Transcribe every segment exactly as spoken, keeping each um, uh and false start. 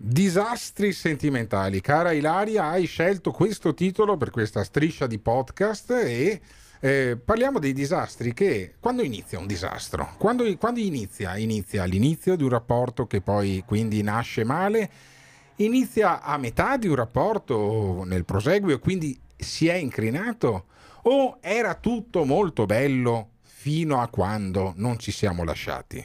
Disastri sentimentali. Cara Ilaria, hai scelto questo titolo per questa striscia di podcast e eh, parliamo dei disastri. Che quando inizia un disastro? Quando, quando inizia? Inizia all'inizio di un rapporto che poi quindi nasce male? Inizia a metà di un rapporto nel proseguio e quindi si è incrinato? O era tutto molto bello fino a quando non ci siamo lasciati?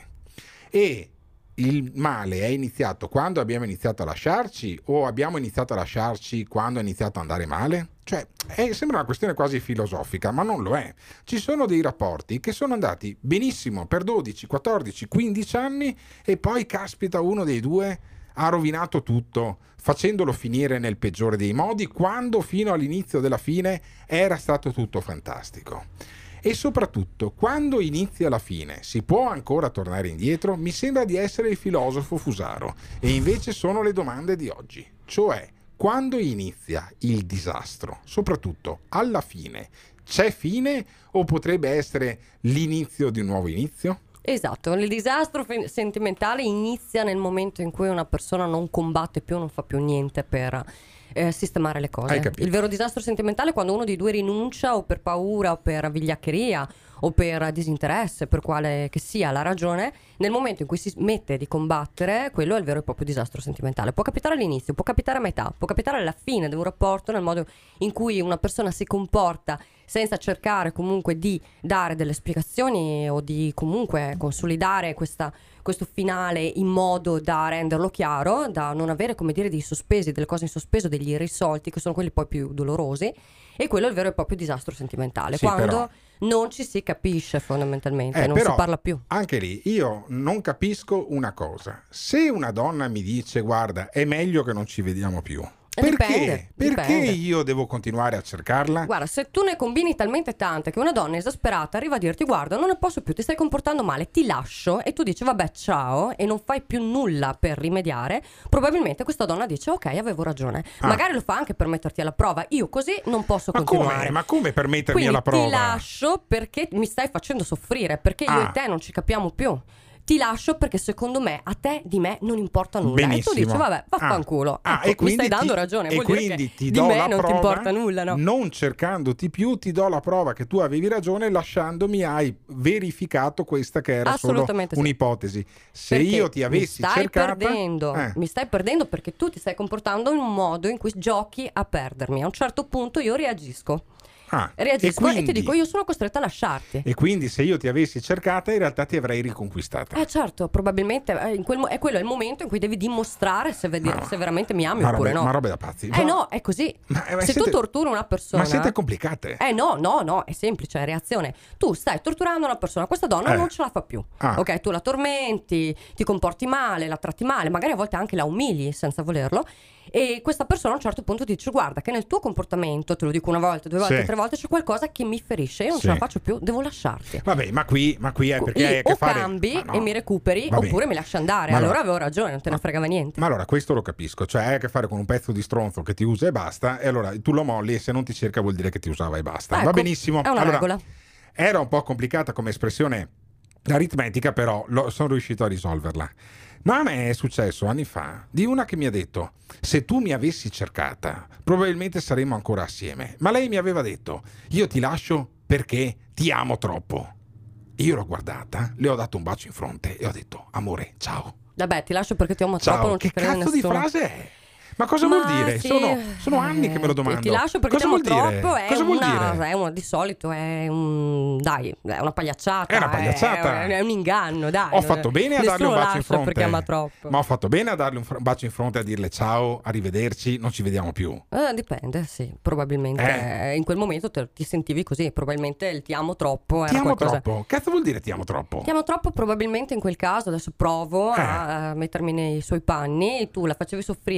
E il male è iniziato quando abbiamo iniziato a lasciarci o abbiamo iniziato a lasciarci quando è iniziato ad andare male? Cioè, è, sembra una questione quasi filosofica, ma non lo è. Ci sono dei rapporti che sono andati benissimo per dodici, quattordici, quindici anni e poi, caspita, uno dei due ha rovinato tutto, facendolo finire nel peggiore dei modi, quando fino all'inizio della fine era stato tutto fantastico. E soprattutto, quando inizia la fine, si può ancora tornare indietro? Mi sembra di essere il filosofo Fusaro, e invece sono le domande di oggi. Cioè, quando inizia il disastro? Soprattutto, alla fine, c'è fine o potrebbe essere l'inizio di un nuovo inizio? Esatto, il disastro fe- sentimentale inizia nel momento in cui una persona non combatte più, non fa più niente per eh, sistemare le cose. Il vero disastro sentimentale è quando uno dei due rinuncia o per paura o per vigliaccheria o per disinteresse, per quale che sia la ragione. Nel momento in cui si smette di combattere, quello è il vero e proprio disastro sentimentale. Può capitare all'inizio, può capitare a metà, può capitare alla fine di un rapporto, nel modo in cui una persona si comporta senza cercare comunque di dare delle spiegazioni o di comunque consolidare questa, questo finale in modo da renderlo chiaro, da non avere, come dire, dei sospesi, delle cose in sospeso, degli irrisolti, che sono quelli poi più dolorosi. E quello è il vero e proprio disastro sentimentale, sì, quando però non ci si capisce fondamentalmente, eh, non però, si parla più. Anche lì io non capisco una cosa: se una donna mi dice guarda è meglio che non ci vediamo più, perché? Dipende, Perché dipende. io devo continuare a cercarla? Guarda, se tu ne combini talmente tante che una donna esasperata arriva a dirti guarda non ne posso più, ti stai comportando male, ti lascio, e tu dici vabbè ciao, e non fai più nulla per rimediare, probabilmente questa donna dice ok, avevo ragione. Ah. Magari lo fa anche per metterti alla prova. Io così non posso Ma continuare. come? Ma come per mettermi Quindi alla prova? ti lascio perché mi stai facendo soffrire, perché io Ah. e te non ci capiamo più. Ti lascio perché secondo me a te di me non importa nulla. Benissimo. E tu dici vabbè vaffanculo, Ah. Ah, ecco, e quindi mi stai dando ti- ragione, e vuol dire quindi che ti di do me la non prova, ti importa nulla, no? Non cercandoti più ti do la prova che tu avevi ragione, lasciandomi hai verificato questa che era solo Assolutamente sì. un'ipotesi. Se Perché io ti avessi mi stai cercata perdendo, eh. mi stai perdendo perché tu ti stai comportando in un modo in cui giochi a perdermi. A un certo punto io reagisco. Ah, Reagisco e, e, quindi, ti dico io sono costretta a lasciarti. e quindi se io ti avessi cercata in realtà ti avrei riconquistata. Eh certo, probabilmente eh, in quel mo- è quello è il momento in cui devi dimostrare se, vedi- Ma- se veramente mi ami ma oppure robe- no. ma robe da pazzi. Eh Ma- no, è così. Ma- eh, ma se siete- tu torturi una persona, Ma siete complicate. Eh no, no, no, è semplice, è reazione. Tu stai torturando una persona, questa donna Eh. non ce la fa più. Ah. Ok, tu la tormenti, ti comporti male, la tratti male, magari a volte anche la umili senza volerlo. E questa persona a un certo punto ti dice guarda che nel tuo comportamento, te lo dico una volta, due volte, Sì. tre volte, c'è qualcosa che mi ferisce, io non Sì. ce la faccio più, devo lasciarti. Vabbè, ma qui, ma qui è perché Lì hai a che o fare. cambi Ma no. e mi recuperi, Va bene. oppure mi lasci andare. Ma Allora allora- avevo ragione, non te ne frega niente. Ma allora questo lo capisco, cioè hai a che fare con un pezzo di stronzo che ti usa e basta, e allora tu lo molli e se non ti cerca vuol dire che ti usava e basta. Ecco, Va benissimo. è una Allora, regola. era un po' complicata come espressione aritmetica, però lo- sono riuscito a risolverla. Ma a me è successo anni fa di una che mi ha detto se tu mi avessi cercata probabilmente saremmo ancora assieme, ma lei mi aveva detto io ti lascio perché ti amo troppo. Io l'ho guardata, le ho dato un bacio in fronte e ho detto amore ciao. Vabbè, ti lascio perché ti amo Ciao, troppo, non che ci crede cazzo di nessuno. frase è? Ma cosa Ma vuol dire? sì, Sono, sono anni che me lo eh, domando. Ti lascio perché cosa ti amo vuol dire? troppo. È Cosa vuol una, dire? è una, di solito è un. Dai, è una pagliacciata. È una pagliacciata. È, è un inganno, dai. Ho fatto bene a darle Nessuno un bacio in lascia fronte. perché ama troppo. Ma ho fatto bene a darle un fr- bacio in fronte e a dirle ciao, arrivederci, non ci vediamo più. Eh, dipende, sì, probabilmente Eh. eh, in quel momento te- ti sentivi così, probabilmente il ti amo troppo era Ti amo qualcosa. troppo. Cazzo vuol dire ti amo troppo? Ti amo troppo probabilmente in quel caso, adesso provo Eh. a, a mettermi nei suoi panni, tu la facevi soffrire, lei ti amava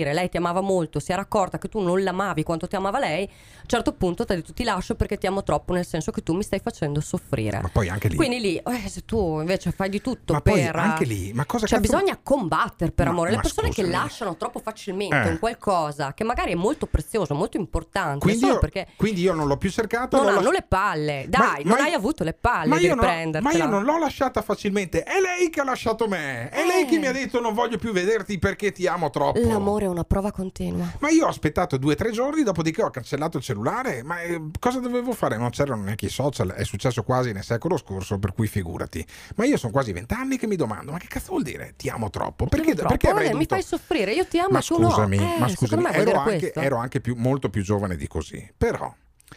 amava molto, si era accorta che tu non l'amavi quanto ti amava lei, a un certo punto ti ha detto ti lascio perché ti amo troppo, nel senso che tu mi stai facendo soffrire. Ma poi anche lì, quindi lì eh, se tu invece fai di tutto ma per poi anche lì, ma cosa cioè cazzo... bisogna combattere per ma, amore. Le persone scusami. che lasciano troppo facilmente eh. un qualcosa che magari è molto prezioso, molto importante, quindi solo io, perché quindi io non l'ho più cercata, non l'ho hanno lasci- le palle, dai, ma, non ma, hai avuto le palle ma di io non, riprendertela. ma io non l'ho lasciata facilmente, è lei che ha lasciato me, è eh. lei che mi ha detto non voglio più vederti perché ti amo troppo. L'amore è una prova continua. Ma io ho aspettato due o tre giorni, dopodiché ho cancellato il cellulare. Ma eh, cosa dovevo fare? Non c'erano neanche i social, è successo quasi nel secolo scorso, per cui figurati. Ma io sono quasi vent'anni che mi domando, ma che cazzo vuol dire ti amo troppo? Perché, troppo? perché avrei eh, dovuto... mi fai soffrire, io ti amo ma e tu scusami, no. Eh, ma scusami, me ero anche, questo. ero anche più, molto più giovane di così. Però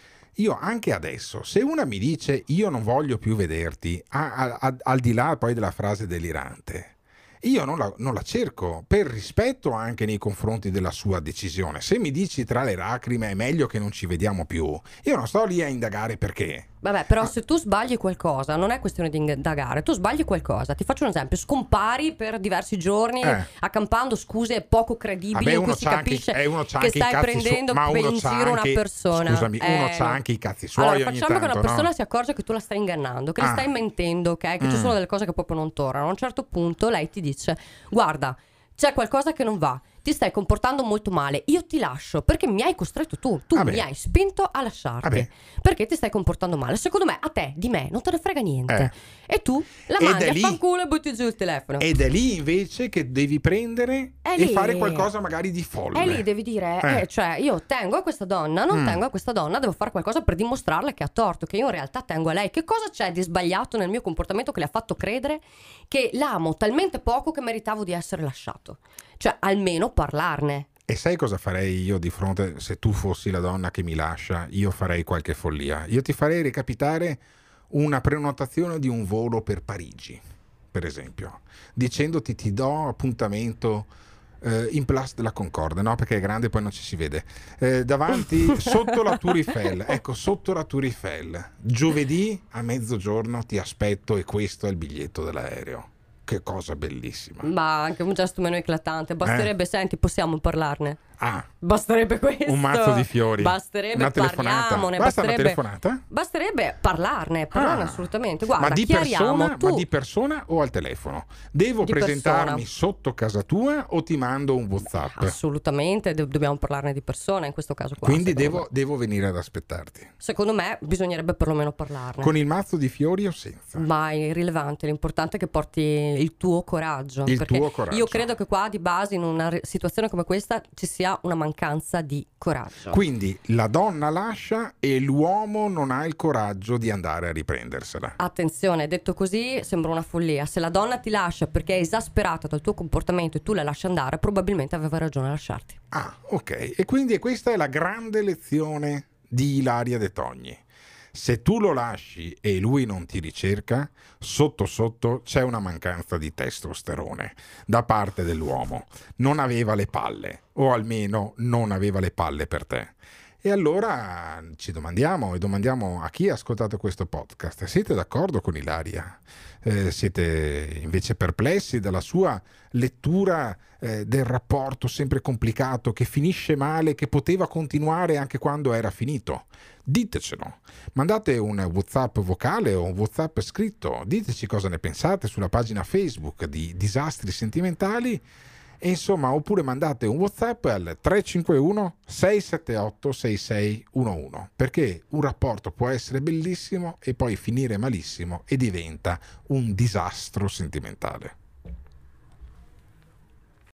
io anche adesso, se una mi dice io non voglio più vederti, a, a, a, al di là poi della frase delirante, io non la, non la cerco, per rispetto anche nei confronti della sua decisione. Se mi dici tra le lacrime è meglio che non ci vediamo più, io non sto lì a indagare perché. Vabbè, però ah. se tu sbagli qualcosa, non è questione di indagare, tu sbagli qualcosa, ti faccio un esempio, scompari per diversi giorni eh. accampando scuse poco credibili. Vabbè, in cui uno si c'ha capisce anche, eh, uno c'ha che anche stai i cazzi prendendo su- ma per uno in c'ha giro anche, una persona. Scusami, eh, uno c'ha no. anche i cazzi suoi allora, ogni facciamo tanto, che una persona no? si accorge che tu la stai ingannando, che ah. le stai mentendo, ok? Che mm. ci sono delle cose che proprio non tornano. A un certo punto lei ti dice guarda, c'è qualcosa che non va, ti stai comportando molto male, io ti lascio perché mi hai costretto tu, tu Vabbè. mi hai spinto a lasciarti. Vabbè. Perché ti stai comportando male. Secondo me a te, di me, non te ne frega niente. Eh. E tu la Ed mandi è a lì- fanculo e butti giù il telefono. Ed è lì invece che devi prendere È e lì. fare qualcosa magari di folle. E lì devi dire, Eh. eh, cioè io tengo a questa donna, non Mm. tengo a questa donna, devo fare qualcosa per dimostrarle che ha torto, che io in realtà tengo a lei. Che cosa c'è di sbagliato nel mio comportamento che le ha fatto credere che l'amo talmente poco che meritavo di essere lasciato? Cioè almeno parlarne. E sai cosa farei io di fronte, se tu fossi la donna che mi lascia? Io farei qualche follia. Io ti farei recapitare una prenotazione di un volo per Parigi, per esempio, dicendoti ti do appuntamento eh, in Place de la Concorde, no? Perché è grande e poi non ci si vede. Eh, davanti, sotto la Tour Eiffel, ecco, sotto la Tour Eiffel. Giovedì a mezzogiorno ti aspetto e questo è il biglietto dell'aereo. Che cosa bellissima. Ma anche un gesto meno eclatante. Basterebbe, Eh. senti, possiamo parlarne. Ah, Basterebbe questo. un mazzo di fiori. Basterebbe una telefonata. parliamone. Basta una basterebbe, telefonata? basterebbe parlarne, parlarne Ah. assolutamente. Guarda, ma di chiariamo persona, tu. ma di persona o al telefono? Devo Di presentarmi persona. sotto casa tua o ti mando un WhatsApp? Assolutamente, do- dobbiamo parlarne di persona in questo caso qua. Quindi secondo devo, me. devo venire ad aspettarti. Secondo me bisognerebbe perlomeno parlarne. Con il mazzo di fiori o senza? Ma è irrilevante, l'importante è che porti il tuo coraggio. Il perché tuo coraggio. io credo che qua di base in una re- situazione come questa ci sia una mancanza di coraggio. Quindi la donna lascia e l'uomo non ha il coraggio di andare a riprendersela. Attenzione, detto così sembra una follia. Se la donna ti lascia perché è esasperata dal tuo comportamento e tu la lasci andare, probabilmente aveva ragione a lasciarti. Ah, ok. E quindi questa è la grande lezione di Ilaria De Togni. Se tu lo lasci e lui non ti ricerca, sotto sotto c'è una mancanza di testosterone da parte dell'uomo. Non aveva le palle, o almeno non aveva le palle per te. E allora ci domandiamo, e domandiamo a chi ha ascoltato questo podcast: siete d'accordo con Ilaria? Eh, siete invece perplessi dalla sua lettura eh, del rapporto sempre complicato, che finisce male, che poteva continuare anche quando era finito? Ditecelo, mandate un WhatsApp vocale o un WhatsApp scritto, diteci cosa ne pensate sulla pagina Facebook di Disastri Sentimentali. E insomma, oppure mandate un WhatsApp al tre cinque uno sei sette otto sei sei uno uno, perché un rapporto può essere bellissimo e poi finire malissimo e diventa un disastro sentimentale.